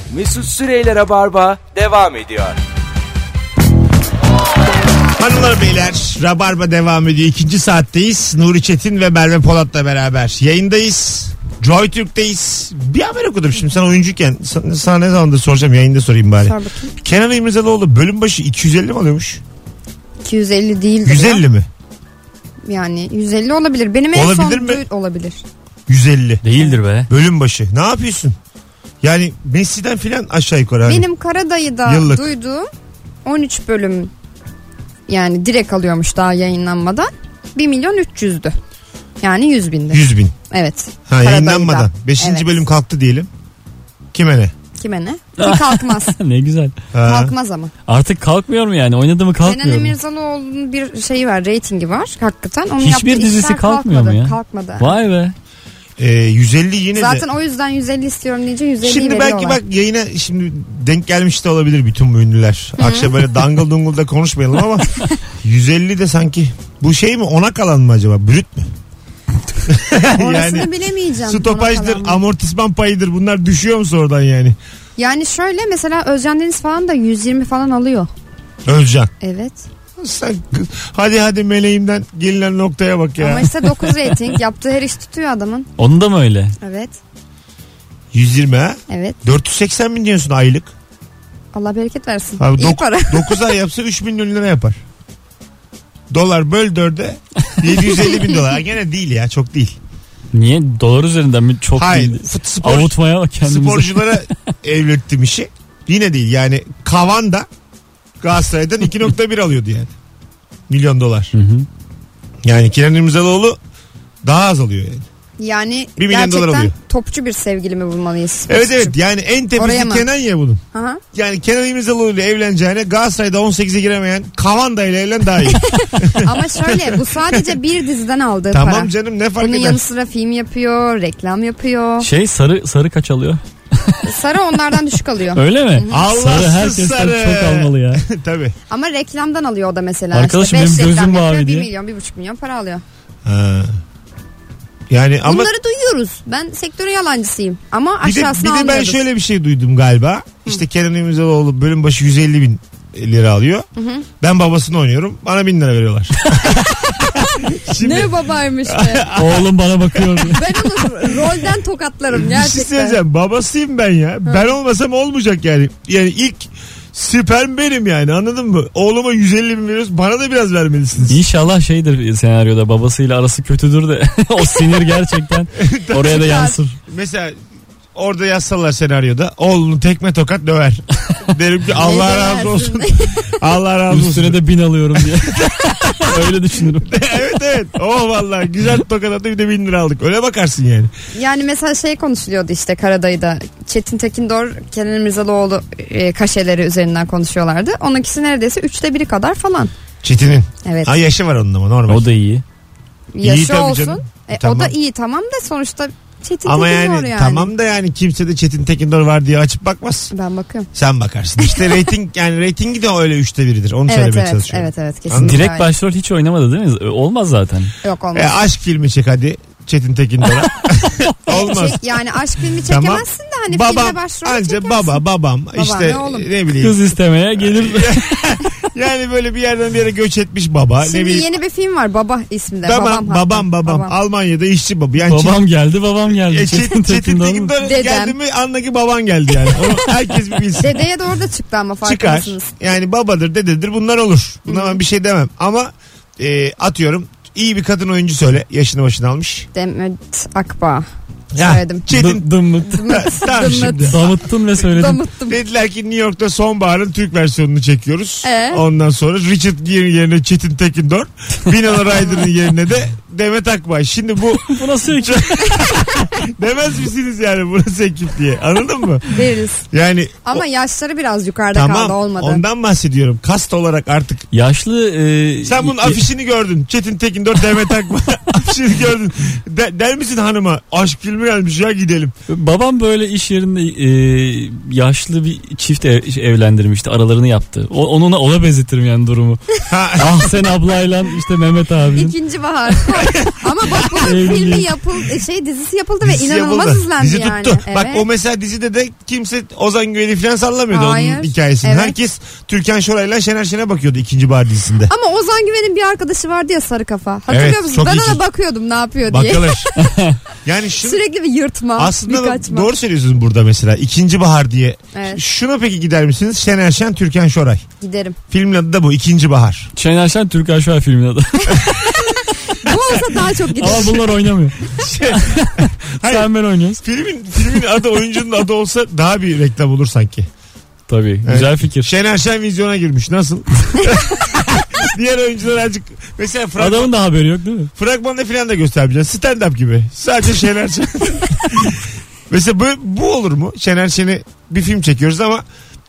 Mesut Süreyler'e Barba devam ediyor. Hanımlar beyler, Rabarba devam ediyor. 2. saatteyiz. Nuri Çetin ve Merve Polat'la beraber yayındayız. Joy Türk'teyiz. Bir haber okudum şimdi sen oyuncuyken. Sana ne zamandır soracağım, yayında sorayım bari. Sor bakayım. Kenan İmirzalıoğlu bölüm başı 250 mi alıyormuş? 250 değil. 150 mi? Yani 150 olabilir. Benim en Olabilir son mi? Olabilir. 150. Değildir be. Bölüm başı. Ne yapıyorsun? Yani Messi'den filan aşağı yukarı. Hani. Benim Karadayı'da Yıllık. duyduğum 13 bölüm yani direkt alıyormuş daha yayınlanmadan. 1.300.000'dü. Yani 100.000'di. 100.000. Evet. Ha, Karadayı'da. yayınlanmadan. 5. Evet. bölüm kalktı diyelim. Kime ne? Kime ne? Ki kalkmaz. Ne güzel. Ha. Kalkmaz ama. Artık kalkmıyor mu yani? Oynadı mı kalkmıyor Kenan mu? İmirzalıoğlu'nun bir şeyi var, reytingi var hakikaten. Onun Hiçbir yaptığı dizisi işler kalkmıyor mu ya? Kalkmadı. Vay be. 150 yine Zaten de. o yüzden 150 istiyorum deyince 150'yi Şimdi veriyorlar. belki bak yayına şimdi denk gelmiş de olabilir bütün bu ünlüler. Akşam böyle dangıl dungul da konuşmayalım ama 150 de sanki bu şey mi, ona kalan mı acaba? Brüt mü? Orasını bilemeyeceğim. Stopajdır, Ona kalan mı? amortisman payıdır, bunlar düşüyor mu sonradan yani? Yani şöyle mesela Özcan Deniz falan da 120 falan alıyor. Özcan. Evet. Sen hadi meleğimden gelinen noktaya bak ya. Ama işte 9 reyting yaptığı her iş tutuyor adamın. Onun da mı öyle? Evet. 120 ha? Evet. 480 bin diyorsun aylık. Allah bereket versin. Abi İyi para. 9 ay yapsa 3 milyon lira yapar. Dolar böl 4'e 750 bin dolar. Gene değil ya, çok değil. Niye? Dolar üzerinden mi? Çok Hayır. değil. Spor, Avutmaya bak kendimizi. sporculara evlettim işi. Yine değil yani. Kavan da Galatasaray'dan 2.1 alıyordu yani. Milyon dolar. Hı hı. Yani Kenan İmirzalıoğlu daha az alıyor yani. Yani 1 milyon dolar gerçekten alıyor. topçu bir sevgili mi bulmalıyız? Evet yani en Oraya tepesi mı? Kenan ya bunun. Aha. Yani Kenan İmirzalıoğlu ile evleneceğine Galatasaray'da 18'e giremeyen Kavanda ile evlen daha iyi. Ama şöyle bu sadece bir diziden aldığı para. Tamam canım, ne fark Bunun eder? yanı sıra film yapıyor, reklam yapıyor. Sarı kaç alıyor? Sarı onlardan düşük alıyor. Öyle mi? Allahsız Sarı herkesten sarı. çok almalı ya. Tabii. Ama reklamdan alıyor o da mesela. Arkadaşım işte benim 5 gözüm reklam yapıyor, mavi 1 diye. milyon, 1,5 milyon para alıyor. Ha. Yani ama Bunları duyuyoruz. Ben sektörün yalancısıyım. Ama bir de aşağısını ben almıyoruz. şöyle bir şey duydum galiba. İşte Kenan İmirzalıoğlu bölüm başı 150 bin lira alıyor. Ben babasını oynuyorum. Bana 1000 lira veriyorlar. Şimdi Ne babaymış be. Oğlum bana bakıyor diye. Ben onu rolden tokatlarım bir şey gerçekten. söyleyeceğim. Babasıyım ben ya. Ben olmasam olmayacak yani. Yani ilk sperm benim yani, anladın mı? Oğluma 150 bin veriyoruz. Bana da biraz vermelisiniz. İnşallah şeydir senaryoda, babasıyla arası kötüdür de o sinir gerçekten oraya da yansır. Mesela orada yazsalar senaryoda, oğlunu tekme tokat döver. Derim ki Allah razı olsun. Allah razı olsun. Üstüne de 1000 alıyorum diye. Öyle düşünürüm. Evet. Oh vallahi güzel tokat attı, bir de 1000 lira aldık. Öyle bakarsın yani. Yani mesela şey konuşuluyordu işte Karadayı'da. Çetin Tekindor, Kenan İmirzalıoğlu kaşeleri üzerinden konuşuyorlardı. Onunkisi neredeyse 1/3 kadar falan. Çetin'in. Evet. Ha, yaşı var onun ama normal. O da iyi. Yaşı tabii olsun. canım. O Tamam. da iyi tamam da sonuçta Çetin Ama Tekindor yani tamam da yani kimse de Çetin Tekindor var diye açıp bakmaz. Ben bakıyorum. Sen bakarsın. İşte reytingi de öyle 1/3'üdür. Onu söylemeye çalışıyorum. Evet kesinlikle. Direkt öyle. başrol hiç oynamadı değil mi? Olmaz zaten. Yok olmaz. Aşk filmi çek hadi Çetin Tekindor'a. Olmaz. Yani aşk filmi Tamam. çekemezsin de hani Babam filme başrol anca çekersin. babam işte ne oğlum? ne bileyim. Kız istemeye gelir. Yani böyle bir yerden bir yere göç etmiş baba. Şimdi ne bileyim. yeni bir film var Baba isminde. Tamam babam. Almanya'da işçi baba. Yani babam geldi. Çetin Tekindor Dedem. geldi mi andaki baban geldi yani. Onu herkes bir bilsin. Dedeye de orada çıktı ama Çıkar. farkındasınız. Yani babadır dededir bunlar olur. Buna ben bir şey demem. Ama atıyorum iyi bir kadın oyuncu söyle. Yaşını başını almış. Demet Akbağ. Ya, Söyledim. Çetin. Dımıt. Tamam şimdi. Damıttın ve söyledin. Damıttım. Dediler ki New York'ta Sonbahar'ın Türk versiyonunu çekiyoruz. Ee? Ondan sonra Richard Gere yerine Çetin Tekindor. Winona Ryder'ın yerine de Demet Akbay. Şimdi bu Bu nasıl ekip? demez misiniz yani burası ekip diye, anladın mı? Deriz. Yani Ama yaşları biraz yukarıda kaldı tamam olmadı. ondan bahsediyorum. Kast olarak artık. Yaşlı Sen bunun afişini gördün. Çetin Tekindor, Demet Akbay afişini gördün. Der misin hanıma aşk filmi gelmiş ya gidelim. babam böyle iş yerinde yaşlı bir çift evlendirmişti. Aralarını yaptı. Ona benzetirim yani durumu. Ah sen ablayla işte Mehmet abinin. İkinci bahar. Ama bak bunun filmi yapıldı, dizisi yapıldı ve Dizisi inanılmaz yapıldı. izlendi Dizi yani. tuttu. Evet. Bak o mesela dizide de kimse Ozan Güven'i falan sallamıyordu Hayır. onun hikayesini. Evet. Herkes Türkan Şoray'la Şener Şen'e bakıyordu 2. Bahar dizisinde. Ama Ozan Güven'in bir arkadaşı vardı ya, sarı kafa. Hatırlıyor Evet, musun? çok Ben iyi ona çocuk. bakıyordum ne yapıyor diye. Bakılır. Yani şu Sürekli bir yırtma, bir aslında kaçma. doğru söylüyorsunuz burada mesela 2. Bahar diye. Evet. Şuna peki gider misiniz? Şener Şen, Türkan Şoray. Giderim. Filmin adı da bu 2. Bahar. Şener Şen Türkan Şoray filmin adı. Bu olsa daha çok giderim. Ama bunlar oynamıyor. Sen ben oynuyoruz. Filmin adı oyuncunun adı olsa daha bir reklam olur sanki. Tabii. Evet. Güzel fikir. Şener Şen vizyona girmiş. Nasıl? Diğer oyuncular azıcık mesela Adamın da haberi yok değil mi? fragmanda falan da göstermeyeceksin. Stand up gibi. Sadece Şener Şen. Mesela bu olur mu? Şener Şen'i bir film çekiyoruz ama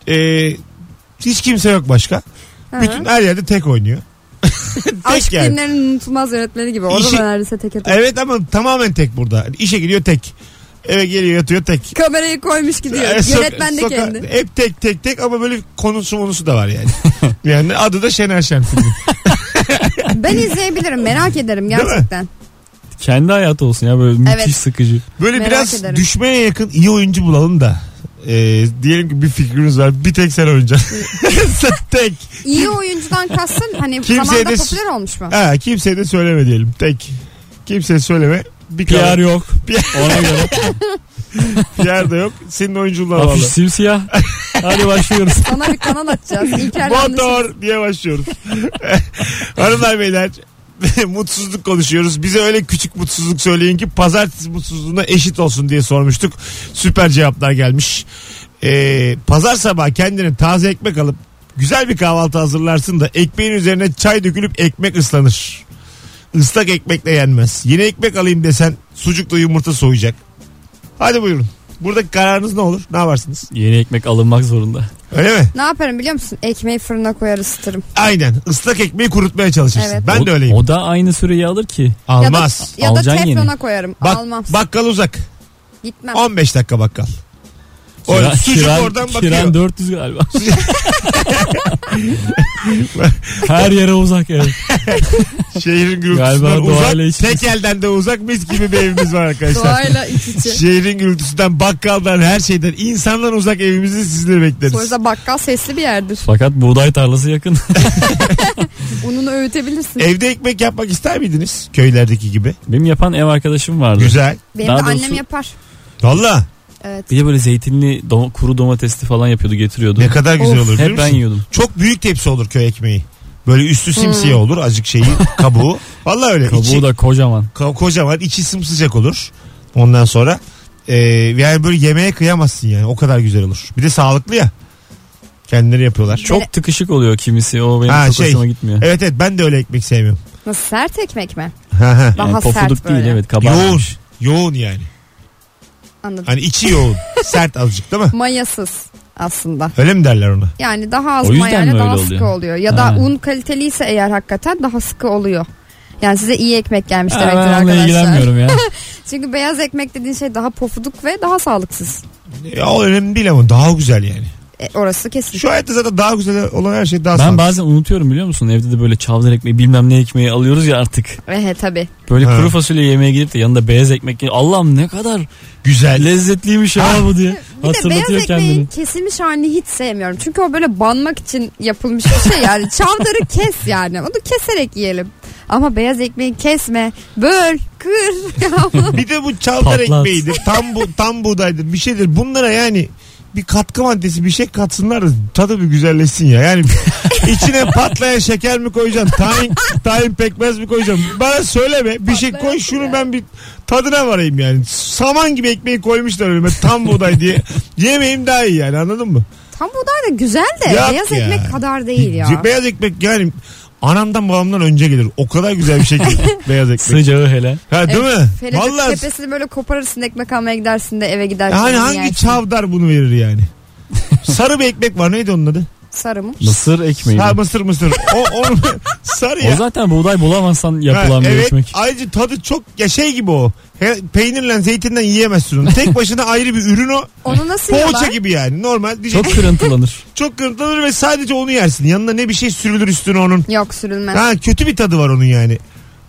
hiç kimse yok başka. Hı. Bütün her yerde tek oynuyor. Aşk yani. filmlerinin unutulmaz yönetmeni gibi. Orada İşi- da neredeyse tek. Evet ama tamamen tek burada. İşe gidiyor tek. Eve geliyor yatıyor tek. Kamerayı koymuş gidiyor. Yönetmen de kendi. Hep tek ama böyle konusu da var yani. Yani adı da Şener Şen filmi. Ben izleyebilirim, merak ederim Değil mi? gerçekten. Kendi hayatı olsun ya, böyle müthiş Evet. sıkıcı. Böyle Merak biraz ederim. düşmeye yakın iyi oyuncu bulalım da. Diyelim ki bir fikriniz var. Bir tek sen oynayacaksın. Tek. İyi oyuncudan kastın hani Kimseye zamanda de- popüler olmuş mu? Ha, kimseye de söyleme diyelim. Tek. Kimseye söyleme. Bir PR yok. PR Ona göre. PR da yok. Senin oyunculuğuna Afiş bağlı. simsiyah. Hadi başlıyoruz. Sana bir kanal açacağız. İlker yanlış. Motor diye başlıyoruz. Hanımlar beyler mutsuzluk konuşuyoruz. Bize öyle küçük mutsuzluk söyleyin ki pazartesi mutsuzluğuna eşit olsun diye sormuştuk. Süper cevaplar gelmiş. Pazar sabahı kendine taze ekmek alıp güzel bir kahvaltı hazırlarsın da ekmeğin üzerine çay dökülüp ekmek ıslanır. Islak ekmekle yenmez. Yeni ekmek alayım desen sucukla yumurta soğuyacak. Hadi buyurun. Buradaki kararınız ne olur? Ne yaparsınız? Yeni ekmek alınmak zorunda. Öyle mi? Ne yaparım biliyor musun? Ekmeği fırına koyar ısıtırım. Aynen. Islak ekmeği kurutmaya çalışırsın. Evet. Ben de öyleyim. O da aynı süreyi alır ki. Almaz. Ya da Alacaksın teflona yeni. koyarım. Bak, Almam. bakkal uzak. Gitmem. 15 dakika bakkal. O sucuk oradan bakıyor. Kiran 400 galiba. Her yere uzak ev. Şehrin Galiba gürültüsünden doğayla uzak. iç içe. Tek elden de uzak mis gibi bir evimiz var arkadaşlar. Doğayla iç içe. Şehrin gürültüsünden, bakkaldan, her şeyden, insandan uzak evimizi sizleri bekleriz. Sonuçta bakkal sesli bir yerdir. Fakat buğday tarlası yakın. Ununu öğütebilirsin. Evde ekmek yapmak ister miydiniz? Köylerdeki gibi. Benim yapan ev arkadaşım vardı. Güzel. Benim Daha de doğrusu- annem yapar. Valla Evet. Bir de böyle zeytinli kuru domatesli falan yapıyordu, getiriyordu. ne kadar güzel Of. olur biliyor Hep ben musun? yiyordum. Çok büyük tepsi olur köy ekmeği. Böyle üstü simsiyah olur. Azıcık şeyi kabuğu. Valla öyle. Kabuğu İçi- da kocaman. kocaman, içi sımsıcak olur. Ondan sonra yani böyle yemeğe kıyamazsın yani. O kadar güzel olur. Bir de sağlıklı ya. Kendileri yapıyorlar. Çok tıkışık oluyor kimisi. O benim Ha, çok şey. hoşuma gitmiyor. Evet evet, ben de öyle ekmek sevmiyorum. Nasıl, sert ekmek mi? Ha, ha. Daha Yani sert pofuduk değil, böyle. evet, Yoğun. kabarmış. Yoğun yani. Anladım. Hani içi yoğun. Sert azıcık değil mi? Mayasız aslında. Öyle mi derler ona? Yani daha az O yüzden mayayla mi daha öyle sıkı oluyor? oluyor. Ya da Ha. un kaliteliyse eğer hakikaten daha sıkı oluyor. Yani size iyi ekmek gelmiş Ha, demektir ben onunla arkadaşlar. ilgilenmiyorum ya. Çünkü beyaz ekmek dediğin şey daha pofuduk ve daha sağlıksız. Ya o önemli değil ama daha güzel yani. Orası kesin. Şu hayatta zaten daha güzel olan her şey daha Ben sağlıklı. bazen unutuyorum, biliyor musun? Evde de böyle çavdar ekmeği bilmem ne ekmeği alıyoruz ya artık. Tabii. Böyle Ha. kuru fasulye yemeğe gidip de yanında beyaz ekmek yiyor. Allah'ım ne kadar Güzel. lezzetliymiş ya bu diye. Bir de Hatırlatıyor beyaz ekmeğin kendini. kesilmiş halini hiç sevmiyorum. Çünkü o böyle banmak için yapılmış bir şey yani. Çavdarı kes yani. Onu keserek yiyelim. Ama beyaz ekmeği kesme, böl, kır. Bir de bu çavdar Patlat. ekmeğidir. Tam buğdaydır. Bir şeydir. Bunlara yani bir katkı maddesi bir şey katsınlar da tadı bir güzelleşsin ya. Yani içine patlayan şeker mi koyacaksın? Tahin pekmez mi koyacaksın? Bana söyleme. Bir şey koy, şunu ben bir tadına varayım yani. Saman gibi ekmeği koymuşlar önüme tam buğday diye. Yemeyeyim daha iyi yani, anladın mı? Tam buğday da güzel de Yok beyaz ya. ekmek kadar değil ya. Beyaz ekmek yani anamdan babamdan önce gelir. O kadar güzel bir şey ki beyaz ekmek. Sıcağı hele. Ha değil Evet, mi? Ferit Vallahi tepesini böyle koparırsın, ekmek almaya gidersin de eve gidersin. yani onu hangi yersin. çavdar bunu verir yani? Sarı bir ekmek var, neydi onun adı? Sarı mı? Mısır ekmeği. Ha, mısır. Onu sarı ya. O zaten buğday bulamazsan yapılan Ha, bir evet, ekmek. ayrıca tadı çok ya şey gibi o. Peynirle zeytinden yiyemezsin onu. Tek başına ayrı bir ürün o. Onu nasıl Poğaça yiyorlar? gibi yani. Normal diyecek. Çok kırıntılanır. Çok kırıntılanır ve sadece onu yersin. Yanına ne bir şey sürülür üstüne onun. Yok, sürülmez. Ha, kötü bir tadı var onun yani.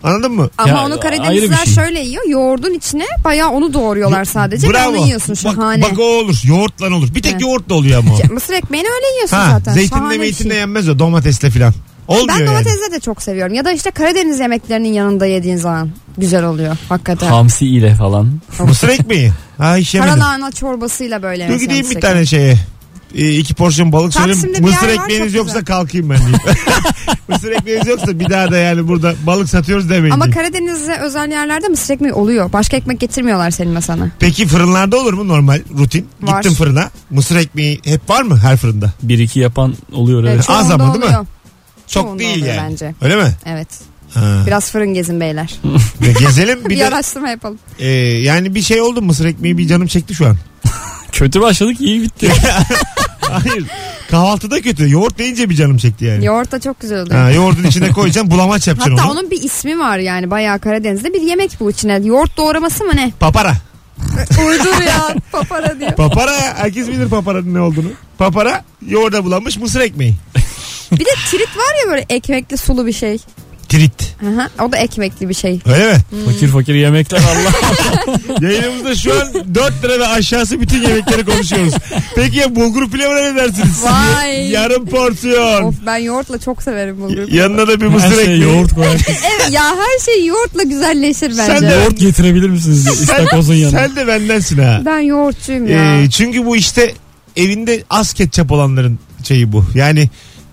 Anladın mı? Ama Ya, onu ayrı Karadenizler bir şey. şöyle yiyor. Yoğurdun içine bayağı onu doğruyorlar sadece. Ve Bravo. onu yiyorsun şahane. Bak o olur. Yoğurtla olur. Bir tek Evet. yoğurtla oluyor ama o. Mısır ekmeğini öyle yiyorsun Ha, zaten. zeytinle Şahane bir meytinle şey. yenmez o. Domatesle filan. Olmuyor Ben yani. domatesle de çok seviyorum. Ya da işte Karadeniz yemeklerinin yanında yediğin zaman güzel oluyor hakikaten. Hamsi ile falan. Mısır ekmeği. Ha hiç yemedim. Karalahana çorbasıyla böyle. Dur mesela gideyim bir mısır tane şeye. 2 porsiyon balık söyleyeyim. Taksim'de bir Mısır yer var, ekmeğiniz çok yoksa güzel. kalkayım ben diyeyim. Mısır ekmeğiniz yoksa bir daha da yani burada balık satıyoruz demeyin Ama diyeyim. Karadeniz'e özel yerlerde mısır ekmeği oluyor. Başka ekmek getirmiyorlar senin masana. Peki fırınlarda olur mu normal rutin? Var. Gittim fırına. Mısır ekmeği hep var mı her fırında? 1-2 yapan oluyor evet. çoğunda Az ama değil mi? oluyor. Çok Çoğunda değil oluyor yani. bence. Öyle mi? Evet. Ha. Biraz fırın gezin beyler. Gezelim Bir, bir de araştırma yapalım. yani bir şey oldu mısır ekmeği bir canım çekti şu an. Kötü başladık iyi bitti. Hayır. Kahvaltıda kötü. Yoğurt deyince bir canım çekti yani. Yoğurt da çok güzel oluyor. Ha, yoğurdun içine koyacaksın bulamaç yapacaksın Hatta onu. onun bir ismi var yani bayağı Karadeniz'de bir yemek bu içine. Yoğurt doğraması mı ne? Papara. Uydur ya papara diyor. Papara ya. Herkes bilir paparanın ne olduğunu. Papara yoğurda bulanmış mısır ekmeği. Bir de tirit var ya böyle ekmekli sulu bir şey. Tirit. Aha, o da ekmekli bir şey. Öyle mi? Fakir fakir yemekler Allah. Yayınımızda şu an 4 lira ve aşağısı bütün yemekleri konuşuyoruz. Peki ya bulgur pilavına ne dersiniz? Vay. Yarım porsiyon. Of ben yoğurtla çok severim bulgur. Yanına da bir mısır Her şey ekmeği. yoğurt koyar. Evet ya her şey yoğurtla güzelleşir bence. Sen de- Yoğurt getirebilir misiniz diye istakozun yanına. Sen de bendensin ha. Ben yoğurtçuyum ya. Çünkü bu işte evinde az ketçap olanların şeyi bu. Yani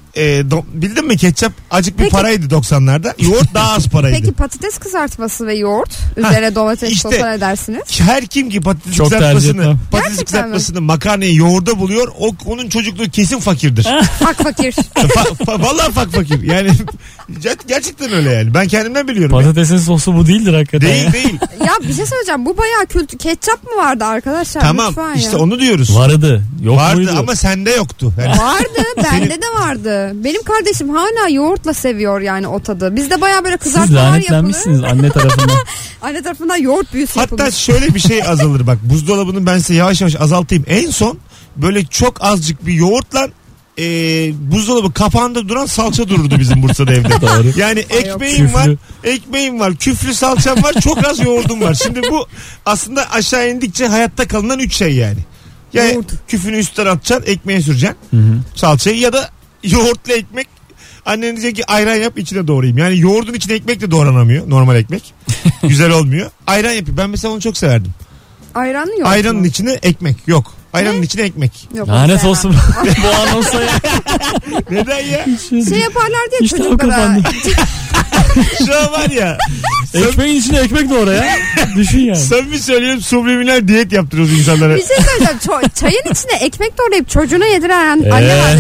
bildin mi ketçap acık bir Peki. paraydı 90'larda. Yoğurt daha az paraydı. Peki patates kızartması ve yoğurt üzerine domates işte. sosu ne dersiniz? Her kim ki patates Çok tercih kızartmasını, etmem. patates Gerçekten kızartmasını, makarnayı yoğurda buluyor. Onun çocukluğu kesin fakirdir. Fak fakir. Vallahi fakir. Yani gerçekten öyle yani. Ben kendimden biliyorum. ya. Patatesin sosu bu değildir hakikaten. Değil ya. değil. Ya bir şey söyleyeceğim bu bayağı kültür. Ketçap mı vardı arkadaşlar? Tamam Lütfen işte ya. onu diyoruz. Vardı. Yok Vardı muydu? ama sende yoktu. Yani Vardı bende de vardı. Benim kardeşim hala yoğurtla seviyor yani o tadı. Bizde bayağı böyle Siz kızartmalar yapılır. lanetlenmişsiniz anne tarafından. Anne tarafından yoğurt büyüsü hatta yapılır. şöyle bir şey azalır bak. Buzdolabını ben size yavaş yavaş azaltayım. En son böyle çok azıcık bir yoğurtla buzdolabı kapağında duran salça dururdu bizim Bursa'da evde. Doğru. Yani Ay yok. ekmeğim var, Küflü. ekmeğim var, küflü salçam var, çok az yoğurdum var. Şimdi bu aslında aşağı indikçe hayatta kalınan 3 şey yani. Ya Yoğurt. küfünü üstten atacaksın, ekmeğe süreceksin Hı hı. salçayı ya da yoğurtlu ekmek. Annen diyecek ki ayran yap içine doğrayayım. Yani yoğurdun içine ekmek de doğranamıyor. Normal ekmek. Güzel olmuyor. Ayran yapayım. Ben mesela onu çok severdim. Ayranlı yoğurt Ayranın mu? içine ekmek yok. Ayranın Ne? içine ekmek. Yok, onu Lanet sevmem. olsun bu anonsa ya. Neden ya? Şey yaparlar diye İşte o çocuklara. kapandı. Şu an var ya. Ekmeğin içine ekmek doğra ya. Düşün yani. Samimi söylüyorum subliminal diyet yaptırıyoruz insanlara. Bir şey söyleyeceğim. Çayın içine ekmek doğrayıp çocuğuna yediren anne var.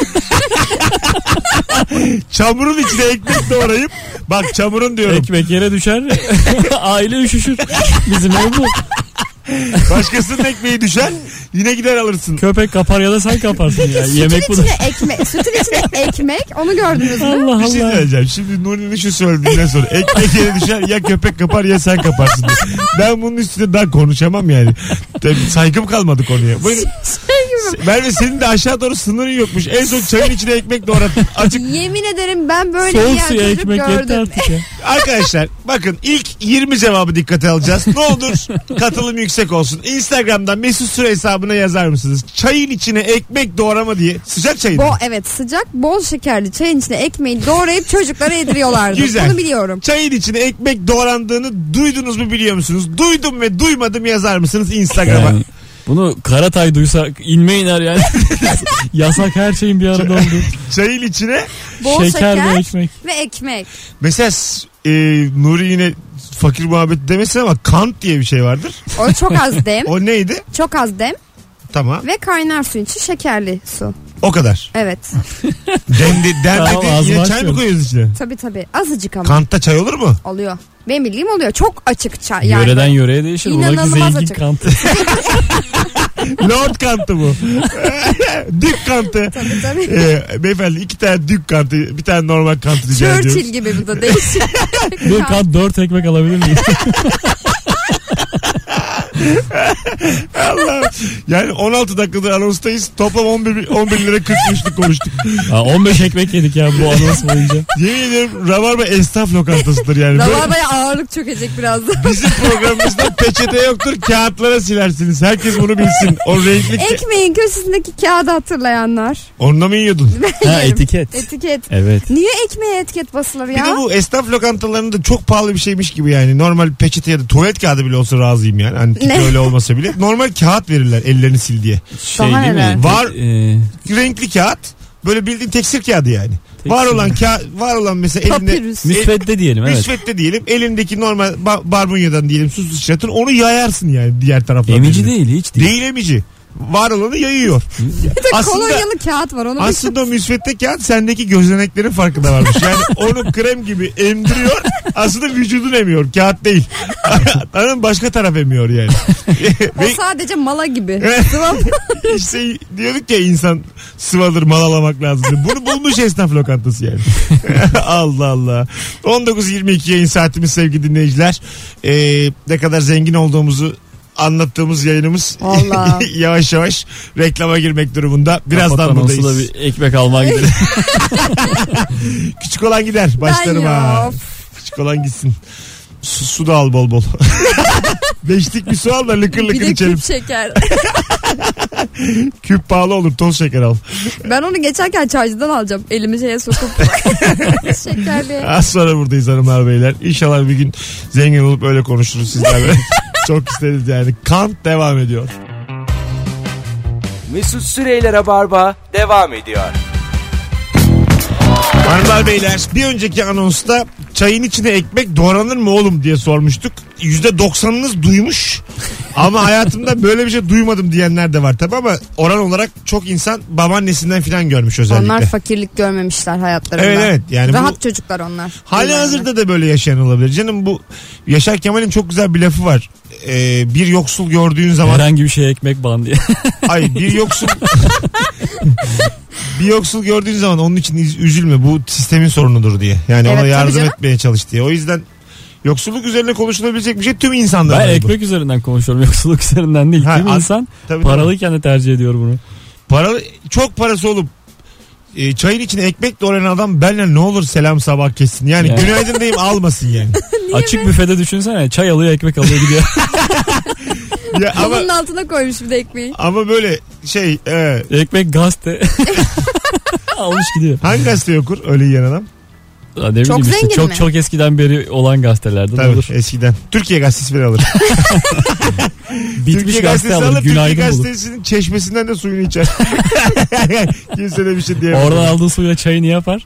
Çamurun içine ekmek doğrayıp bak çamurun diyorum. Ekmek yere düşer. Aile üşüşür. Bizim ev bu. Başkasının ekmeği düşer yine gider alırsın. Köpek kapar ya da sen kaparsın ya. Yemek bu. Sütün içine ekmek. Sütün içine ekmek. Onu gördünüz mü? Allah Bir şey Allah. söyleyeceğim. Şimdi Nuri'nin şu söylediğinden sonra ekmek yere düşer ya köpek kapar ya sen kaparsın diye. Ben bunun üstüne daha konuşamam yani. Tabii saygım kalmadı konuya. Buyurun. Merve senin de aşağı doğru sınırın yokmuş. En son çayın içine ekmek doğrat. Açık. Yemin ederim ben böyle Soğuk yiyen suya çocuk ekmek yetti gördüm. artık ya. Arkadaşlar bakın ilk 20 cevabı dikkate alacağız. Ne olur katılım yüksek olsun. Instagram'dan Mesut Süre hesabına yazar mısınız? Çayın içine ekmek doğrama diye. Sıcak çayın. Evet sıcak bol şekerli çayın içine ekmeği doğrayıp çocuklara yediriyorlardı. Güzel. Bunu biliyorum. Çayın içine ekmek doğrandığını duydunuz mu biliyor musunuz? Duydum ve duymadım yazar mısınız Instagram'a? Yani bunu Karatay duysa inme iner yani. Yasak her şeyin bir arada olduğu. Çayın içine Bol Şeker şeker ve ekmek. ve ekmek. mesela Nuri yine fakir muhabbeti demesin ama Kant diye bir şey vardır. O çok az dem. O neydi? Çok az dem Tamam. ve kaynar suyun içi şekerli su. O kadar. Evet. Demdi Tamam, yine ağzımı çay mı açmıyorum. koyuyoruz içine? Tabii azıcık ama. Kant'ta çay olur mu? Oluyor. Benim bildiğim oluyor. Çok açık çay. Yani Yöreden yöreye değişir. Buradaki İnanılmaz zengin açık. kantı. Lord Kant'ı bu. Dük Kant'ı. Tabii. Beyefendi 2 tane Dük Kant'ı bir tane normal Kant'ı rica ediyoruz. Churchill gibi bu da değişik. Bir kant 4 ekmek alabilir miyim? Allah. Yani 16 dakikadır anonstayız. Toplam 11 lira 40 kuruşluk konuştuk. 15 ekmek yedik ya bu anons boyunca. Yemin ediyorum Rabarba esnaf lokantasıdır yani. Rabarba'ya ağırlık çökecek birazdan. Bizim programımızda peçete yoktur, kağıtlara silersiniz. Herkes bunu bilsin. O renkli Ekmeğin köşesindeki kağıdı hatırlayanlar. Onunla mı yiyordun? Ha, etiket. Etiket. Evet. Niye ekmeğe etiket basılır ya? Bir de bu esnaf lokantalarında çok pahalı bir şeymiş gibi yani. Normal peçete ya da tuvalet kağıdı bile olsa razıyım yani. Hani tipi öyle olmasa bile. Normal kağıt verirler ellerini sil diye. Şey Daha değil mi? neler? Var renkli kağıt. Böyle bildiğin tekstil kağıdı yani. Var olan mesela elinde Papyrus. Müsvedde diyelim, evet. müsvedde diyelim. Elindeki normal barbunyadan diyelim su sıçratır. Onu yayarsın yani diğer taraftan. Emici değil, hiç değil. Değil emici. Var olanı yayıyor. Bir de kolonyalı kağıt var. Onu Aslında o müsvedde kağıt sendeki gözeneklerin farkında varmış. Yani onu krem gibi emdiriyor. Aslında vücudun emiyor. Kağıt değil. Anladın, başka taraf emiyor yani. o sadece mala gibi. Tamam. İşte diyorduk ya, insan sıvadır, malalamak lazım. Bunu bulmuş esnaf lokantası yani. Allah Allah. 19.22 yayın saatimiz sevgili dinleyiciler. Ne kadar zengin olduğumuzu anlattığımız yayınımız yavaş yavaş reklama girmek durumunda. Birazdan buradayız. Da bir ekmek almaya gidelim. Küçük olan gider. Başlarım ha. Küçük olan gitsin. Su da al bol bol. Beşlik bir su al da lıkır lıkır bir de içelim. küp şeker. Küp pahalı olur, toz şeker al. Ben onu geçerken çaycıdan alacağım. Elimi şeye sokup. Şekerli. Az sonra buradayız hanımlar beyler. İnşallah bir gün zengin olup öyle konuşuruz sizlerle. Çok isteriz yani. Kant devam ediyor. Mesut Süreyler'e barba devam ediyor. Hanımlar beyler, bir önceki anonsta çayın içine ekmek doğranır mı oğlum diye sormuştuk. %90'ınız duymuş. Ama hayatımda böyle bir şey duymadım diyenler de var tabi, ama oran olarak çok insan babaannesinden falan görmüş özellikle. Onlar fakirlik görmemişler hayatlarında. Evet yani rahat bu, çocuklar onlar. hali hazırda da böyle yaşayan olabilir. Canım, bu Yaşar Kemal'in çok güzel bir lafı var. Bir yoksul gördüğün zaman... Herhangi bir şey ekmek ban diye. Ay, bir yoksul... Bir yoksul gördüğün zaman onun için üzülme, bu sistemin sorunudur diye. Yani evet, ona yardım etmeye çalış diye. O yüzden yoksulluk üzerine konuşulabilecek bir şey tüm insanlar. Ben ekmek bu üzerinden konuşuyorum, yoksulluk üzerinden değil. Tüm insan paralıyken de tercih ediyor bunu. Çok parası olup çayın içine ekmek doğrayan adam benimle ne olur selam sabah kessin. Yani günaydın diyeyim, almasın yani. Açık büfede düşünsene, çay alıyor ekmek alıyor gidiyor. Ya ama, bunun altına koymuş bir de ekmeği. Ama böyle şey ekmek gazete almış gidiyor. Hangi gazete okur öyle yiyen adam? Ne çok işte, zengin mi? Çok eskiden beri olan gazetelerden tabii, olur. Eskiden. Türkiye Gazetesi bile alır. Bitmiş Türkiye gazete alır. Günaydın Türkiye bulur. Gazetesi'nin çeşmesinden de suyunu içer. Kimse de bir şey diyemez. Oradan aldığı suyla çayını yapar.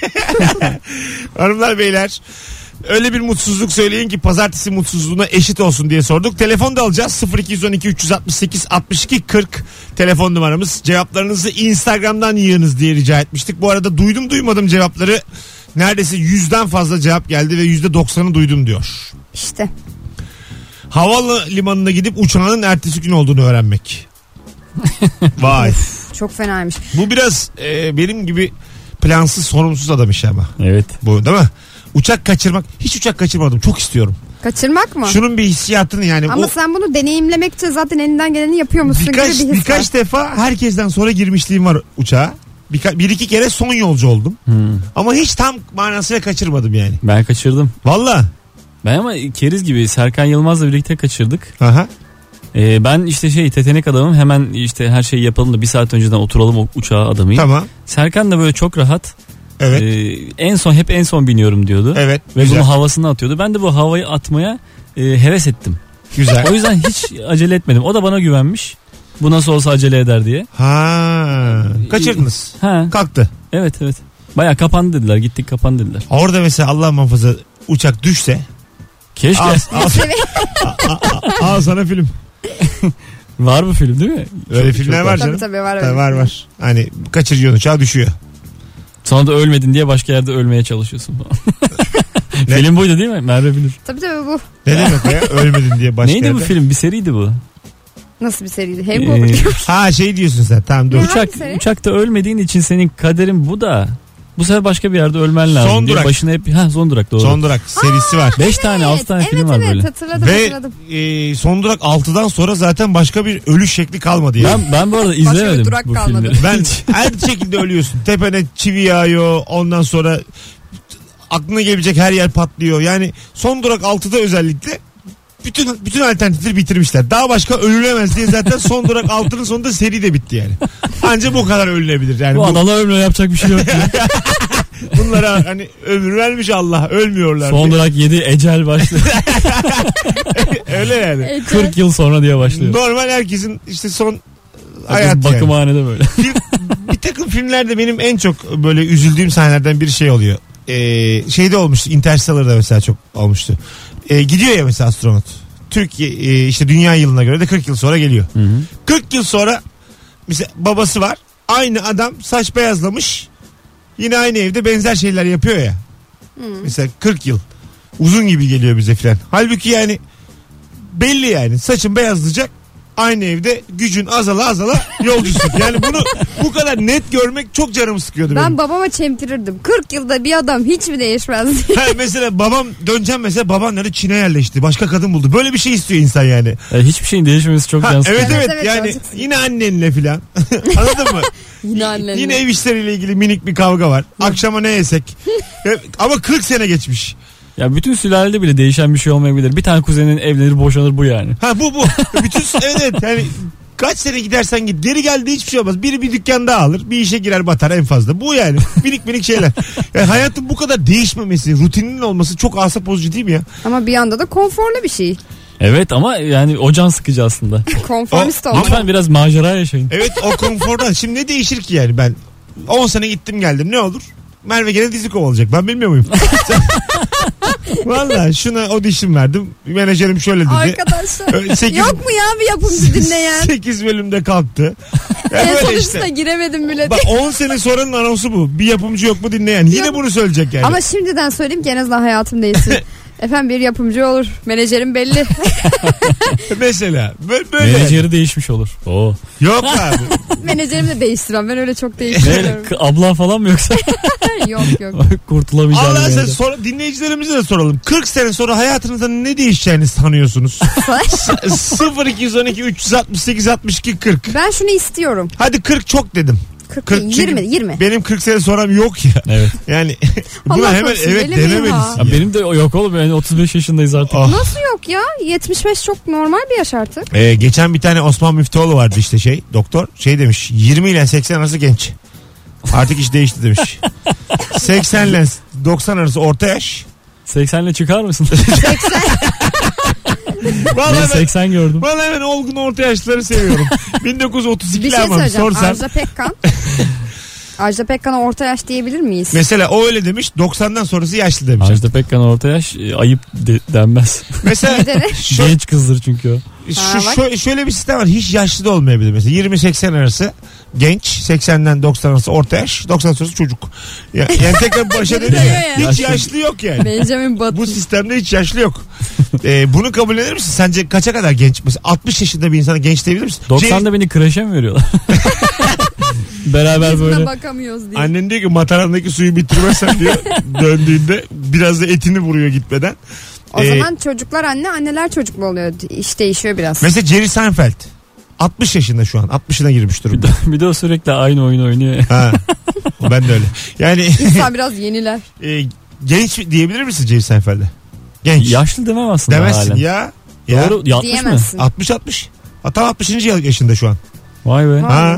Hanımlar beyler, öyle bir mutsuzluk söyleyin ki pazartesi mutsuzluğuna eşit olsun diye sorduk. Telefon da alacağız. 0212 368 62 40 telefon numaramız. Cevaplarınızı Instagram'dan yığınız diye rica etmiştik. Bu arada duydum duymadım cevapları neredeyse 100'den fazla cevap geldi ve %90'ı duydum diyor. İşte. Havalimanına gidip uçağının ertesi gün olduğunu öğrenmek. Vay. Çok fenaymış. Bu biraz benim gibi plansız, sorumsuz adam işi ama. Evet. Bu değil mi? Uçak kaçırmak. Hiç uçak kaçırmadım. Çok istiyorum. Kaçırmak mı? Şunun bir hissiyatını yani. Ama sen bunu deneyimlemek için zaten elinden geleni yapıyormuşsun gibi bir his var. Birkaç defa herkesten sonra girmişliğim var uçağa. Bir iki kere son yolcu oldum. Ama hiç tam manasıyla kaçırmadım yani. Ben kaçırdım. Valla. Ben ama keriz gibi Serkan Yılmaz'la birlikte kaçırdık. Aha. Ben işte tetenek adamım, hemen işte her şeyi yapalım da bir saat önceden oturalım o uçağa adamıyım. Tamam. Serkan da böyle çok rahat. Evet. Hep en son biniyorum diyordu. Evet. Ve güzel. bunu havasını atıyordu. Ben de bu havayı atmaya heves ettim. Güzel. O yüzden hiç acele etmedim. O da bana güvenmiş. Bu nasıl olsa acele eder diye. Ha. Kaçırdınız. Ha. Kalktı. Evet. Bayağı kapandı dediler. Gittik kapandı dediler. Orada mesela Allah muhafaza uçak düşse. Keşke. Al sana film. Var bu film değil mi? Öyle filmler var canım. Tabii var. Var. Hani kaçırıyorsun, uçağı düşüyor. Sonra da ölmedin diye başka yerde ölmeye çalışıyorsun falan. Film buydu değil mi? Merve bilir. Tabii bu. Ne demek o ya? Ölmedin diye başka Neydi yerde. bu film? Bir seriydi bu. Nasıl bir seriydi? Hangover. Ha şey diyorsun sen. Tamam dur. Ya. Uçakta ölmediğin için senin kaderin bu da. Bu sefer başka bir yerde ölmen lazım Son diye Durak. başına hep Son Durak doğru. Son Durak serisi var. 5 tane 6 tane film var böyle. Hatırladım Ve hatırladım. Son Durak 6'dan sonra zaten başka bir ölüş şekli kalmadı yani. Ben bu arada bir izlemedim durak bu kalmadı. filmleri. Ben her şekilde ölüyorsun. Tepene çivi yağıyor. Ondan sonra aklına gelebilecek her yer patlıyor. Yani Son Durak 6'da özellikle bütün alternatifleri bitirmişler. Daha başka ölünemez diye zaten Son Durak 6'nın sonunda seri de bitti yani. Anca bu kadar ölünebilir. Yani Bu adamlar ömrüne yapacak bir şey yok. bunlara hani ömür vermiş Allah, ölmüyorlar. Son diye. Durak 7 ecel başlıyor. Öyle yani. 40 yıl sonra diye başlıyor. Normal herkesin işte son hayat yani. Bakımhanede böyle. Bir takım filmlerde benim en çok böyle üzüldüğüm sahnelerden bir şey oluyor. Şeyde olmuştu, Interstellar'da mesela çok olmuştu. Gidiyor ya mesela astronot. Türkiye işte dünya yılına göre de 40 yıl sonra geliyor. Hı hı. 40 yıl sonra mesela babası var. Aynı adam saç beyazlamış. Yine aynı evde benzer şeyler yapıyor ya. Mesela 40 yıl. Uzun gibi geliyor bize filan. Halbuki yani belli yani. Saçın beyazlayacak. Aynı evde gücün azala yolcusun. Yani bunu bu kadar net görmek çok canımı sıkıyordu benim. Ben babama çemkirirdim. 40 yılda bir adam hiç mi değişmez diye. Ha, mesela babam döneceğim mesela baban nerede Çin'e yerleşti. Başka kadın buldu. Böyle bir şey istiyor insan yani. Hiçbir şeyin değişmemesi çok can sıkıcı. Evet Evet, yani olacaksın. yine annenle filan. Anladın mı? Yine annenle. Yine ev işleriyle ilgili minik bir kavga var. Akşama ne yesek? Ama 40 sene geçmiş. Ya bütün sülalede bile değişen bir şey olmayabilir. Bir tane kuzenin evlenir boşanır bu yani. Ha bu. Bütün evet yani kaç sene gidersen git geri geldi hiçbir şey olmaz. Biri bir dükkan daha alır. Bir işe girer batar en fazla. Bu yani. Minik şeyler. Yani hayatın bu kadar değişmemesi, rutininin olması çok asap bozucu değil mi ya? Ama bir yanda da konforlu bir şey. Evet ama yani o can sıkıcı aslında. Konformist O- olmak. Lütfen biraz macera yaşayın. Evet o konfordan. Şimdi ne değişir ki yani ben 10 sene gittim geldim ne olur? Merve gene dizi kovalayacak. Ben bilmiyor muyum? Valla şuna audition verdim. Menajerim şöyle dedi. Arkadaşlar. 8, Yok mu ya bir yapımcı dinleyen? 8 bölümde kalktı. Ya En son böyle üstüne işte. giremedim bile. Bak 10 sene sonranın anonsu bu. Bir yapımcı yok mu dinleyen. Yine Yok. bunu söyleyecek yani. Ama şimdiden söyleyeyim ki en azından hayatım değilsin. Efendim bir yapımcı olur. Menajerim belli. Mesela böyle yani. Menajeri değişmiş olur. Oo. Yok abi. Menajerimi de değiştirmem. Ben öyle çok Ne? değiştiriyorum. Abla falan mı yoksa? Yok yok. Kurtulamayacağım. Allah bir sen yerde. dinleyicilerimize de soralım. 40 sene sonra hayatınızda ne değişeceğini sanıyorsunuz? 0212 368 62 40. Ben şunu istiyorum. Hadi 40 çok dedim. 40 40 değil, çünkü 20. Benim 40 sene sonram yok ya. Evet. Yani buna Allah hemen korusun, evet öyle mi ya? dememelisin. Ya benim de yok oğlum yani 35 yaşındayız artık. Ah. Nasıl yok ya? 75 çok normal bir yaş artık. Geçen bir tane Osman Müftüoğlu vardı işte doktor demiş 20 ile 80 arası genç. Artık iş değişti demiş. 80 ile 90 arası orta yaş. 80'le çıkar mısın? 80. Ben Vallahi ben, 80 gördüm. vallahi ben olgun orta yaşları seviyorum. Bir 1932'li şey ama söyleyeceğim. sorsan. Ajda Pekkan. Ajda Pekkan'a orta yaş diyebilir miyiz? Mesela o öyle demiş 90'dan sonrası yaşlı demiş. Ajda Pekkan orta yaş ayıp denmez. Mesela Nedeni? Genç kızdır çünkü o. Ha, bak. şöyle bir sistem var. Hiç yaşlı da olmayabilir. Mesela 20-80 arası genç, 80'den 90 arası orta yaş, 90 sonrası çocuk. Yani tekrar başa dönüyor ya. Dönüyor Hiç ya. yaşlı yok yani. Benjamin Button. Bu sistemde hiç yaşlı yok. Bunu kabul eder misin? Sence kaça kadar genç? Mesela 60 yaşında bir insana genç diyebilir misin? 90'da beni kreşe mi veriyorlar? Beraber Biz buna böyle. bakamıyoruz diye. Annen diyor ki matarandaki suyu bitirmezsen diyor döndüğünde biraz da etini vuruyor gitmeden. O zaman çocuklar anne, anneler çocuk mu oluyor? İş değişiyor biraz. Mesela Jerry Seinfeld 60 yaşında şu an. 60'ına girmiş durumda. Bir de o sürekli aynı oyunu oynuyor. Ha. Ben de öyle. Yani İnsan biraz yeniler. genç diyebilir misin Jerry Seinfeld'e? Genç. Yaşlı demem aslında Demezsin halen. ya. Doğru. 60 mı? Diyemezsin. 60. Hatta 60. yaşında şu an. Vay be. Ha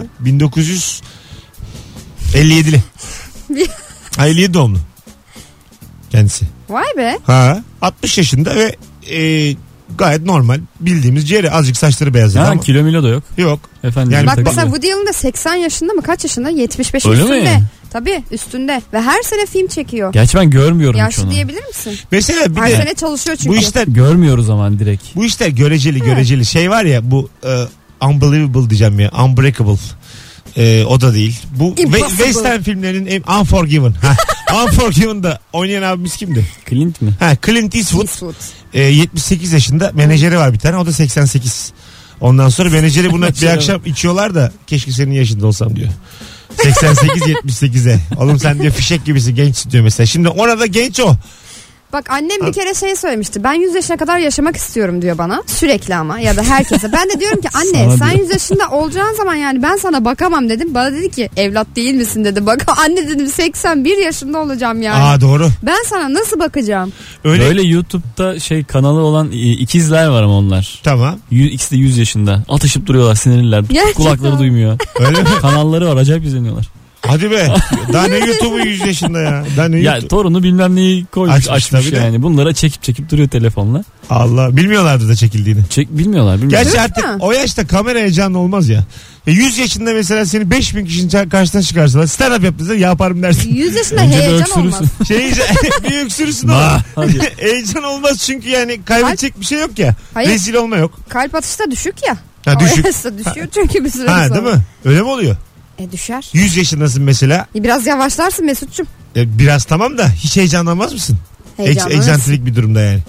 1957'li. Ha 57 doğumlu. Kendisi. Vay be. Ha 60 yaşında ve gayet normal bildiğimiz Jerry, azıcık saçları beyazladı Ha, ama kilo milo da yok. yok. Efendim. Yani Bak Bak- mesela Woody Allen da 80 yaşında mı, kaç yaşında? 75 Öyle üstünde. mi? Tabii üstünde. Ve her sene film çekiyor. Gerçi ben görmüyorum hiç Yaşlı onu. diyebilir misin? Mesela bir Her de sene çalışıyor çünkü. Görmüyoruz zaman direkt. bu işler göreceli şey var ya bu unbelievable diyeceğim ya, unbreakable. O da değil. Bu Impossible. Western filmlerinin Unforgiven. Ha, Unforgiven'da oynayan abimiz kimdi? Clint mi? Ha, Clint Eastwood. Eastwood. 78 yaşında, menajeri var bir tane, o da 88. Ondan sonra menajeri buna bir akşam içiyorlar da keşke senin yaşında olsam diyor. 88-78'e. Oğlum sen diyor fişek gibisin, gençsin diyor mesela. Şimdi ona da genç o. Bak annem bir kere şey söylemişti. Ben 100 yaşına kadar yaşamak istiyorum diyor bana. Sürekli ama ya da herkese. Ben de diyorum ki anne Sana sen diyor. 100 yaşında olacağın zaman yani ben sana bakamam dedim. Bana dedi ki evlat değil misin dedi. Bak anne dedim 81 yaşında olacağım yani. Aa doğru. Ben sana nasıl bakacağım? Öyle. Böyle YouTube'da kanalı olan ikizler var ama onlar. Tamam. İkisi de 100 yaşında. Atışıp duruyorlar, sinirliler. Gerçekten. Kulakları duymuyor. Öyle mi? Kanalları var, acayip izleniyorlar. Hadi be. Daha ne YouTube'u 100 yaşında ya. Daha ne Ya YouTube? torunu bilmem neyi koymuş, Açmış açmış tabii de. yani. Bunlara çekip duruyor telefonla. Allah. Bilmiyorlardı da çekildiğini. Bilmiyorlar. Gerçi Değil artık mi? o yaşta kamera heyecanı olmaz ya. 100 yaşında mesela seni 5000 kişinin karşısına çıkarsalar stand up yaptıysa yaparım dersin. 100 yaşında Önce bir heyecan olmaz. öksürürsün. Bir öksürürsün ama. Hadi. Heyecan olmaz çünkü yani kaybedecek bir şey yok ya. Hayır. Rezil olma yok. Kalp atışı da düşük ya. Ha, düşük. O yaşta düşüyor çünkü bir süre Ha sonra. değil mi? Öyle mi oluyor? Düşer. 100 yaşındasın mesela. Biraz yavaşlarsın Mesut'cum. Biraz tamam da hiç heyecanlanmaz mısın? Heyecanlanırsın. Egzantrik bir durumda yani.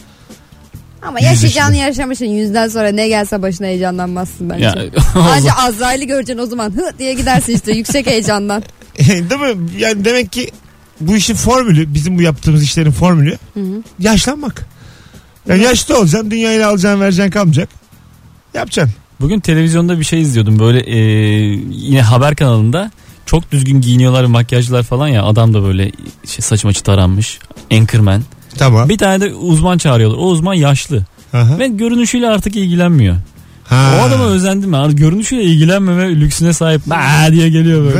Ama 100 yaşayacağını yaşında. yaşamışsın. 100'den sonra ne gelse başına heyecanlanmazsın bence. Ya, Anca Azrail'i göreceksin o zaman diye gidersin işte yüksek heyecandan. Değil mi? Yani demek ki bu işin formülü, bizim bu yaptığımız işlerin formülü yaşlanmak. Yani yaşlı olacaksın, dünyayla alacağın vereceğin kalmayacak. Yapacaksın. Bugün televizyonda bir şey izliyordum böyle yine haber kanalında. Çok düzgün giyiniyorlar, makyajlar falan ya. Adam da böyle saçı maçı taranmış. Anchorman. Tamam. Bir tane de uzman çağırıyorlar. O uzman yaşlı. Aha. Ve görünüşüyle artık ilgilenmiyor. Ha. O adama özendim ben. Artık görünüşüyle ilgilenmeme lüksüne sahip. Diye geliyor böyle.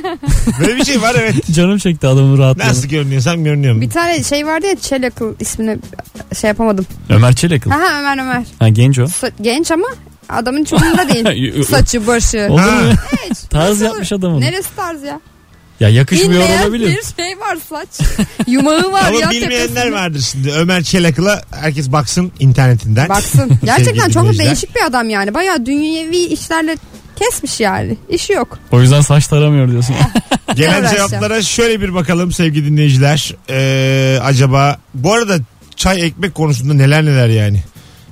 Böyle bir şey var evet. Canım çekti adamın rahatlığını. Nasıl görünüyorsam görünüyorum. Bir tane şey vardı ya Çelakıl ismini şey yapamadım. Ömer Çelakıl. Ha Ömer. Ha, genç o. Genç ama adamın çoğunda değil. Saçı başı. Olur Ha. mu? Hiç. Tarz yapmış adamın. Neresi tarz ya? Ya yakışmıyor Bilmeyen olabilir. bir şey var saç. Yumağı var Ama ya bilmeyenler tepesinde. vardır şimdi. Ömer Çelakıl'a herkes baksın internetinden. Baksın. Gerçekten Sevgili çok dinleyiciler. değişik bir adam yani. Bayağı dünyevi işlerle kesmiş yani. İşi yok. O yüzden saç taramıyor diyorsun. Gelen uğraşacağım. cevaplara şöyle bir bakalım sevgili dinleyiciler. Acaba bu arada çay ekmek konusunda neler yani.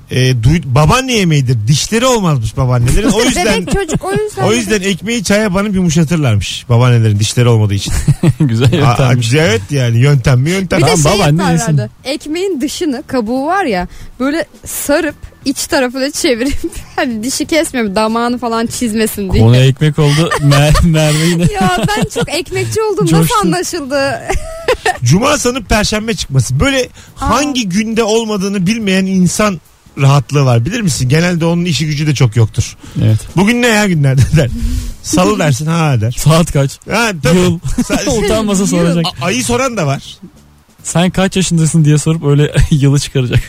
Babaanne yemeğidir. Dişleri olmazmış babaannelerin. O yüzden Bebek çocuk o yüzden. ekmeği çaya banıp yumuşatırlarmış. Babaannelerin dişleri olmadığı için. Güzel yöntemmiş. Evet yani yöntem mi yöntem. Bir de Tamam, şey babaanne yaparlardı. yesin. Ekmeğin dışını kabuğu var ya böyle sarıp iç tarafını çevirip hani dişi kesmiyorum damağını falan çizmesin diye. Konuya ekmek oldu. Merve yine. Ya ben çok ekmekçi oldum nasıl Coştu. anlaşıldı? Cuma sanıp perşembe çıkması. Böyle hangi günde olmadığını bilmeyen insan rahatlığı var bilir misin? Genelde onun işi gücü de çok yoktur. Evet. Bugün ne ya günlerde der. Salı dersin ha der. Saat kaç? Ha, tabii. Yıl. Utanmasa soracak. Ayı soran da var. Sen kaç yaşındasın diye sorup öyle yılı çıkaracak.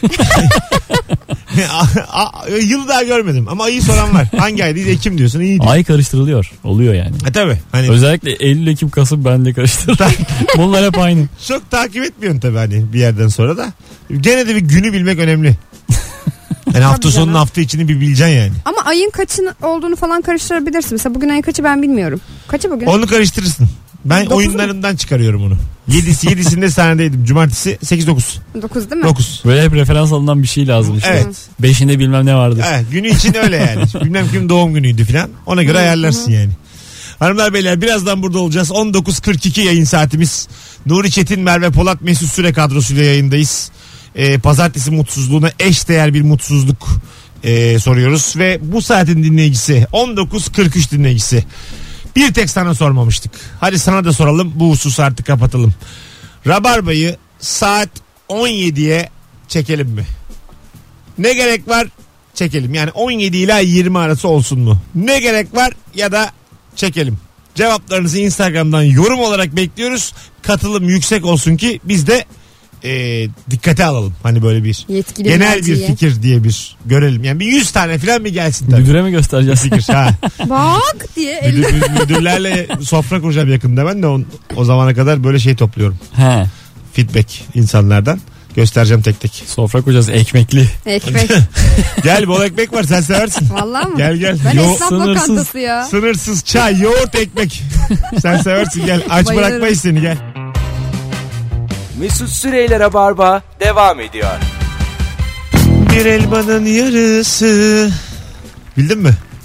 Yılı daha görmedim ama ayı soran var. Hangi aydayız? Ekim diyorsun. İyi diyor. Ay karıştırılıyor. Oluyor yani. Tabii. Hani Özellikle Eylül, Ekim, Kasım ben de karıştırıyorum. Bunlar hep aynı. çok takip etmiyorsun tabii hani bir yerden sonra da. Gene de bir günü bilmek önemli. Yani hafta Tabii sonunun canım. hafta içini bir bileceksin yani. Ama ayın kaçın olduğunu falan karıştırabilirsin. Mesela bugün ayın kaçı ben bilmiyorum. Kaçı bugün? Onu karıştırırsın. Ben 9 mu? oyunlarından çıkarıyorum onu. 7'sinde sahnedeydim. Cumartesi 8-9. 9 değil mi? 9. Böyle hep referans alınan bir şey lazım işte. Evet. Beşinde bilmem ne vardı. Evet. Günü için öyle yani. Bilmem kim doğum günüydü falan. Ona göre ayarlarsın yani. Hanımlar beyler birazdan burada olacağız. 19.42 yayın saatimiz. Nuri Çetin, Merve Polat, Mesut Süre kadrosuyla yayındayız. Pazartesi mutsuzluğuna eş değer bir mutsuzluk soruyoruz. Ve bu saatin dinleyicisi 19.43 dinleyicisi. Bir tek sana sormamıştık. Hadi sana da soralım. Bu hususu artık kapatalım. Rabarba'yı saat 17'ye çekelim mi? Ne gerek var? Çekelim. Yani 17 ila 20 arası olsun mu? Ne gerek var ya da çekelim. Cevaplarınızı Instagram'dan yorum olarak bekliyoruz. Katılım yüksek olsun ki biz de dikkate alalım. Hani böyle bir Yetkili genel bir merciye. fikir diye bir görelim. Yani bir 100 tane falan bir gelsin tabii. Müdüre mi göstereceğiz? Fikir. Ha. Bak diye elle. Müdürlerle sofra kuracağım yakında ben de o zamana kadar böyle şey topluyorum. He. Feedback insanlardan. Göstereceğim tek tek. Sofra koyacağız ekmekli. Ekmek. Gel bol ekmek var sen seversin. Vallahi mı? Gel. Ben Yo- esnaf sınırsız. lokantası ya. Sınırsız çay, yoğurt, ekmek. Sen seversin gel. Aç Bayılırım. bırakmayız seni gel. Mesut Süreyler'e barba devam ediyor. Bir elmanın yarısı. Bildin mi?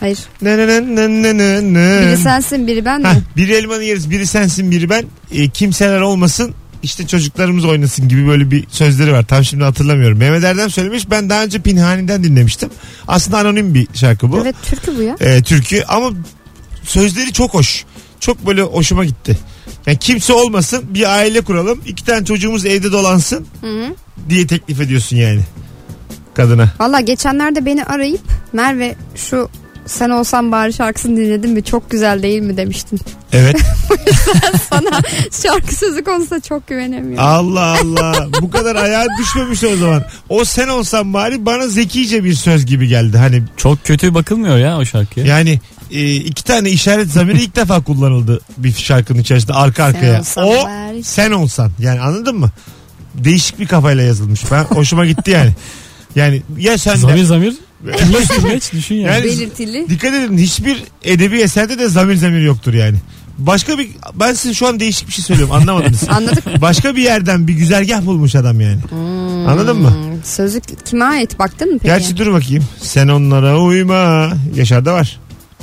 Hayır. Ne ne ne ne ne ne ne. Biri sensin biri ben mi? Hah, biri elmanı yeriz, biri sensin, biri ben. Kimseler olmasın, işte çocuklarımız oynasın gibi böyle bir sözleri var. Tam şimdi hatırlamıyorum. Mehmet Erdem söylemiş. Ben daha önce Pinhani'den dinlemiştim. Aslında anonim bir şarkı bu. Evet, türkü bu ya. Türkü ama sözleri çok hoş. Çok böyle hoşuma gitti. Yani kimse olmasın, bir aile kuralım, 2 tane çocuğumuz evde dolansın diye teklif ediyorsun yani kadına. Valla geçenlerde beni arayıp Merve şu Sen Olsan Bari şarkısını dinledin mi, çok güzel değil mi demiştin. Evet. Sana şarkı sözü konusunda çok güvenemiyorum. Allah Allah, bu kadar ayağa düşmemiş o zaman. O Sen Olsan Bari bana zekice bir söz gibi geldi. Hani Çok kötü bakılmıyor ya o şarkıya. yani 2 tane işaret zamiri ilk defa kullanıldı bir şarkının içerisinde arka arkaya. Sen O olsan bari. sen olsan, yani anladın mı? Değişik bir kafayla yazılmış. Ben hoşuma gitti yani. Yani ya sen de Zamir kimeç düşün yani. Yani- Belirtili. dikkat edin, hiçbir edebi eserde de zamir yoktur yani. Başka bir, ben size şu an değişik bir şey söylüyorum, anlamadınız. Anladık. Başka bir yerden bir güzergah bulmuş adam yani. Anladın mı? Sözlük kime ait, baktın mı peki? Gerçi dur bakayım. Sen onlara uyma. Yaşar'da var.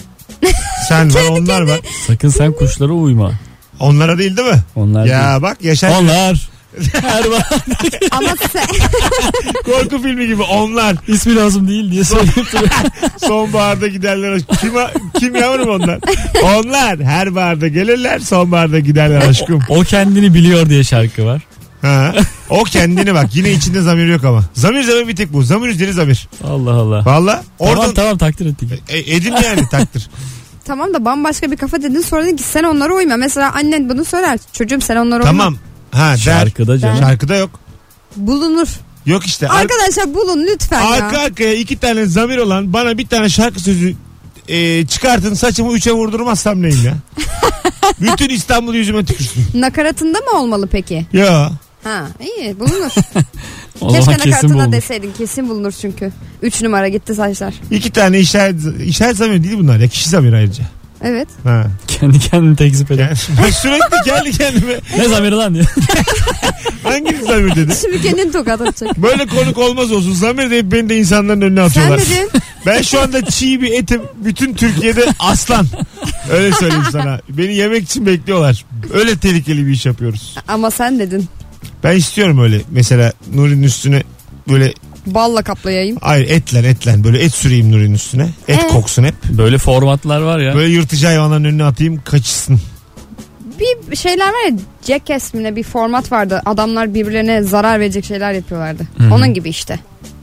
Sen var, onlar var. Sakın sen kuşlara uyma. Onlara değil mi? Onlar Ya değil. bak Yaşar, Onlar. Her var. Ama sen... korku filmi gibi onlar. İsmi lazım değil diye söyleyip duruyor. Sonbaharda giderler. Kim yavrum onlar? Onlar her baharda gelirler, sonbaharda giderler aşkım. O kendini biliyor diye şarkı var. Ha. O kendini bak, yine içinde zamir yok ama. Zamir bir tek bu. Zamir üzeri zamir. Allah Allah. Valla oradan Tamam takdir ettik. edin yani takdir. Tamam da bambaşka bir kafa dedin, sonra dedin ki sen onlara uyma. Mesela annen bunu söyler. Çocuğum sen onlara uyma. Tamam. Ha der. Şarkıda canım. Şarkıda yok. Bulunur. Yok işte. Arkadaşlar bulun lütfen Arka ya. arkaya 2 tane zamir olan bana bir tane şarkı sözü çıkartın, saçımı 3'e vurdurmazsam neyim ya? Bütün İstanbul yüzüme tükürsün. Nakaratında mı olmalı peki? Ya. Ha iyi, bulunur. O Keşke zaman kesin nakaratında bulur. deseydin, kesin bulunur çünkü. 3 numara gitti saçlar. 2 tane işaret zamir değil bunlar ya. Kişi zamir ayrıca. Evet. Ha. Kendi kendini tekzip eder. Yani ben sürekli kendi kendime Ne zamiri lan diye. hangi zamir dedi? Şimdi kendini tokat atacak. Böyle konuk olmaz olsun. Zamir deyip beni de insanların önüne Sen atıyorlar. dedin. Ben şu anda çiğ bir etim. Bütün Türkiye'de aslan. Öyle söyleyeyim sana. Beni yemek için bekliyorlar. Öyle tehlikeli bir iş yapıyoruz. Ama sen dedin. Ben istiyorum öyle. Mesela Nuri'nin üstüne böyle, Balla kaplayayım. hayır etlen. Böyle et süreyim Nuri'nin üstüne. Et koksun hep. Böyle formatlar var ya. Böyle yırtıcı hayvanların önüne atayım, kaçışsın. Bir şeyler var ya, Jackass mi ne, bir format vardı. Adamlar birbirlerine zarar verecek şeyler yapıyorlardı. Hı-hı. Onun gibi işte.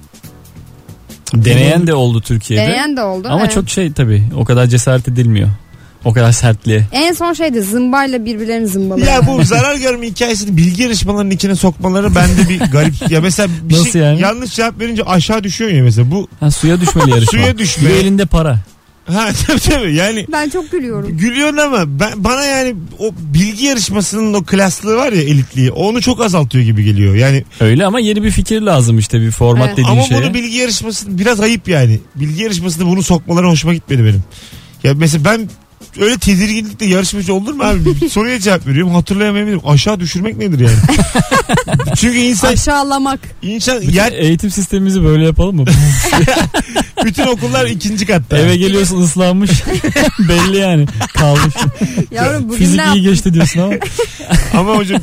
Deneyen de oldu Türkiye'de. Deneyen de oldu. Ama evet. çok şey tabii. O kadar cesaret edilmiyor. O kadar sertliğe. En son şeydi, zımbayla birbirlerini zımbalıyor. Ya bu zarar görme hikayesini bilgi yarışmalarının içine sokmaları bende bir garip. Ya mesela bir Nasıl şey yani? yanlış cevap verince aşağı düşüyor ya mesela. Bu Ha, suya düşmeli yarışma. Suya düşme. Bir elinde para. ha tabii yani Ben çok gülüyorum. gülüyorsun ama bana yani o bilgi yarışmasının o klaslığı var ya, elitliği, onu çok azaltıyor gibi geliyor. Yani Öyle ama yeni bir fikir lazım işte, bir format Evet. dediğin ama şeye. bunu bilgi yarışması biraz ayıp yani. Bilgi yarışmasında bunu sokmaları hoşuma gitmedi benim. Ya mesela ben öyle tedirginlikle yarışmacı olur mu abi? Bir soruya cevap veriyorum, hatırlayamayabilirim. Aşağı düşürmek nedir yani? Çünkü Aşağılamak. insan Bütün yer, eğitim sistemimizi böyle yapalım mı? bütün okullar 2. katta. Eve geliyorsun ıslanmış. Belli yani. Kalmış. Yavrum bugün Fizik ne iyi yaptın? geçti diyorsun ama. Ama hocam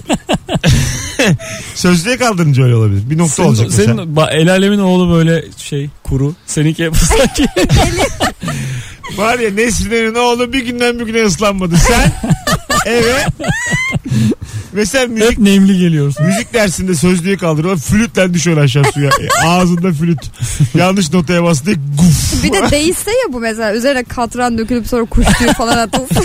sözlüğe kaldırınca öyle olabilir. Bir nokta olacak mesela. Senin el alemin oğlu böyle şey kuru. Seninki hep sanki. Var ya, Nesrin'in oğlu bir günden bir güne ıslanmadı. Sen eve mesela hep nemli geliyorsun. müzik dersinde sözlüğe kaldırıyor. Flütle düşüyor aşağı suya. Ağzında flüt. Yanlış notaya bastı diye guf. Bir de değişse ya bu mesela. Üzerine katran dökülüp sonra kuş tüyü falan atılsın.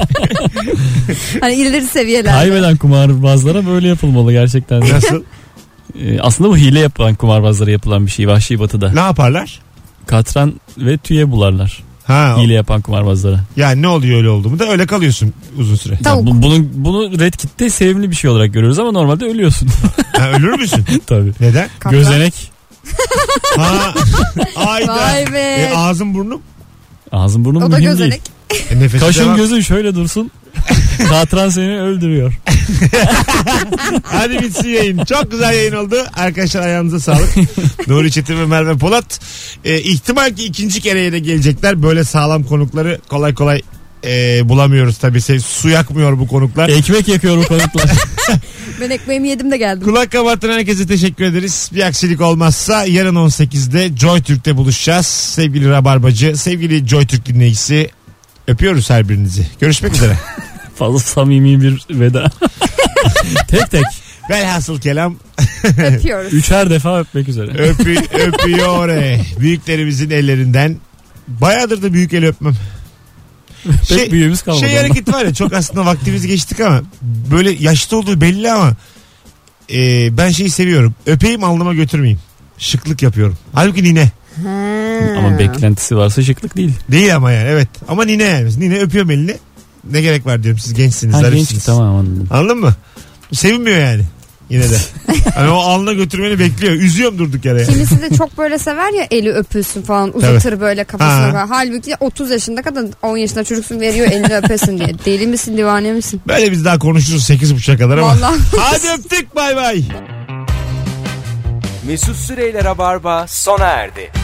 Hani ileri seviyeler. Kaybeden kumarbazlara böyle yapılmalı gerçekten. Nasıl? Aslında bu hile yapan kumarbazlara yapılan bir şey Vahşi Batı'da. Ne yaparlar? Katran ve tüye bularlar. Ha, Hile yapan kumarbazlara. yani ne oluyor öyle oldu mu da öyle kalıyorsun uzun süre. Tavuk. Bunu Red Kit'te sevimli bir şey olarak görüyoruz ama normalde ölüyorsun. Ha, ölür müsün? Tabii. Neden? Katran. Gözenek. Ha, ayda. Vay be. Ağzın burnum. Ağzın burnun O da mühim gözenek. değil. Nefesi Kaşın devam. gözün şöyle dursun. Katran seni öldürüyor. Hadi bitsin yayın. Çok güzel yayın oldu. Arkadaşlar ayağınıza sağlık. Nuri Çetin ve Merve Polat. İhtimal ki ikinci kereye de gelecekler. Böyle sağlam konukları kolay kolay bulamıyoruz tabii. Su yakmıyor bu konuklar. Ekmek yakıyor bu konuklar. Ben ekmeğimi yedim de geldim. Kulak kabartan herkese teşekkür ederiz. Bir aksilik olmazsa yarın 18'de Joy Türk'te buluşacağız. Sevgili Rabarbacı, sevgili Joy Türk dinleyicisi, öpüyoruz her birinizi. Görüşmek üzere. Fazla samimi bir veda. Tek tek. Velhasıl kelam. Öpüyoruz. 3'er defa öpmek üzere. Öpüyor. Büyüklerimizin ellerinden. Bayağıdır da büyük el öpmem. Pek büyüğümüz kalmadı. Şey hareket var ya, çok aslında vaktimizi geçtik ama böyle yaşlı olduğu belli ama ben şeyi seviyorum. Öpeyim alnıma götürmeyeyim. Şıklık yapıyorum. Halbuki nine. Ama beklentisi varsa şıklık değil. Değil ama yani, evet. Ama nine yani. Nine öpüyorum elini. Ne gerek var diyorum, siz gençsiniz. Genç, tamam anladım. Anladın mı? Sevinmiyor yani. Yine de. Hani o alnına götürmeni bekliyor. Üzüyorum durduk yere. Kimisi de çok böyle sever ya, eli öpülsün falan, uzatır böyle kafasına falan. Halbuki 30 yaşında kadın 10 yaşında çocuksun, veriyor elini öpesin diye. Deli misin, divane misin? Böyle biz daha konuşuruz 8.30'a kadar ama. Vallahi. Hadi öptük, bay bay. Mesut Süreyle Rabarba sona erdi.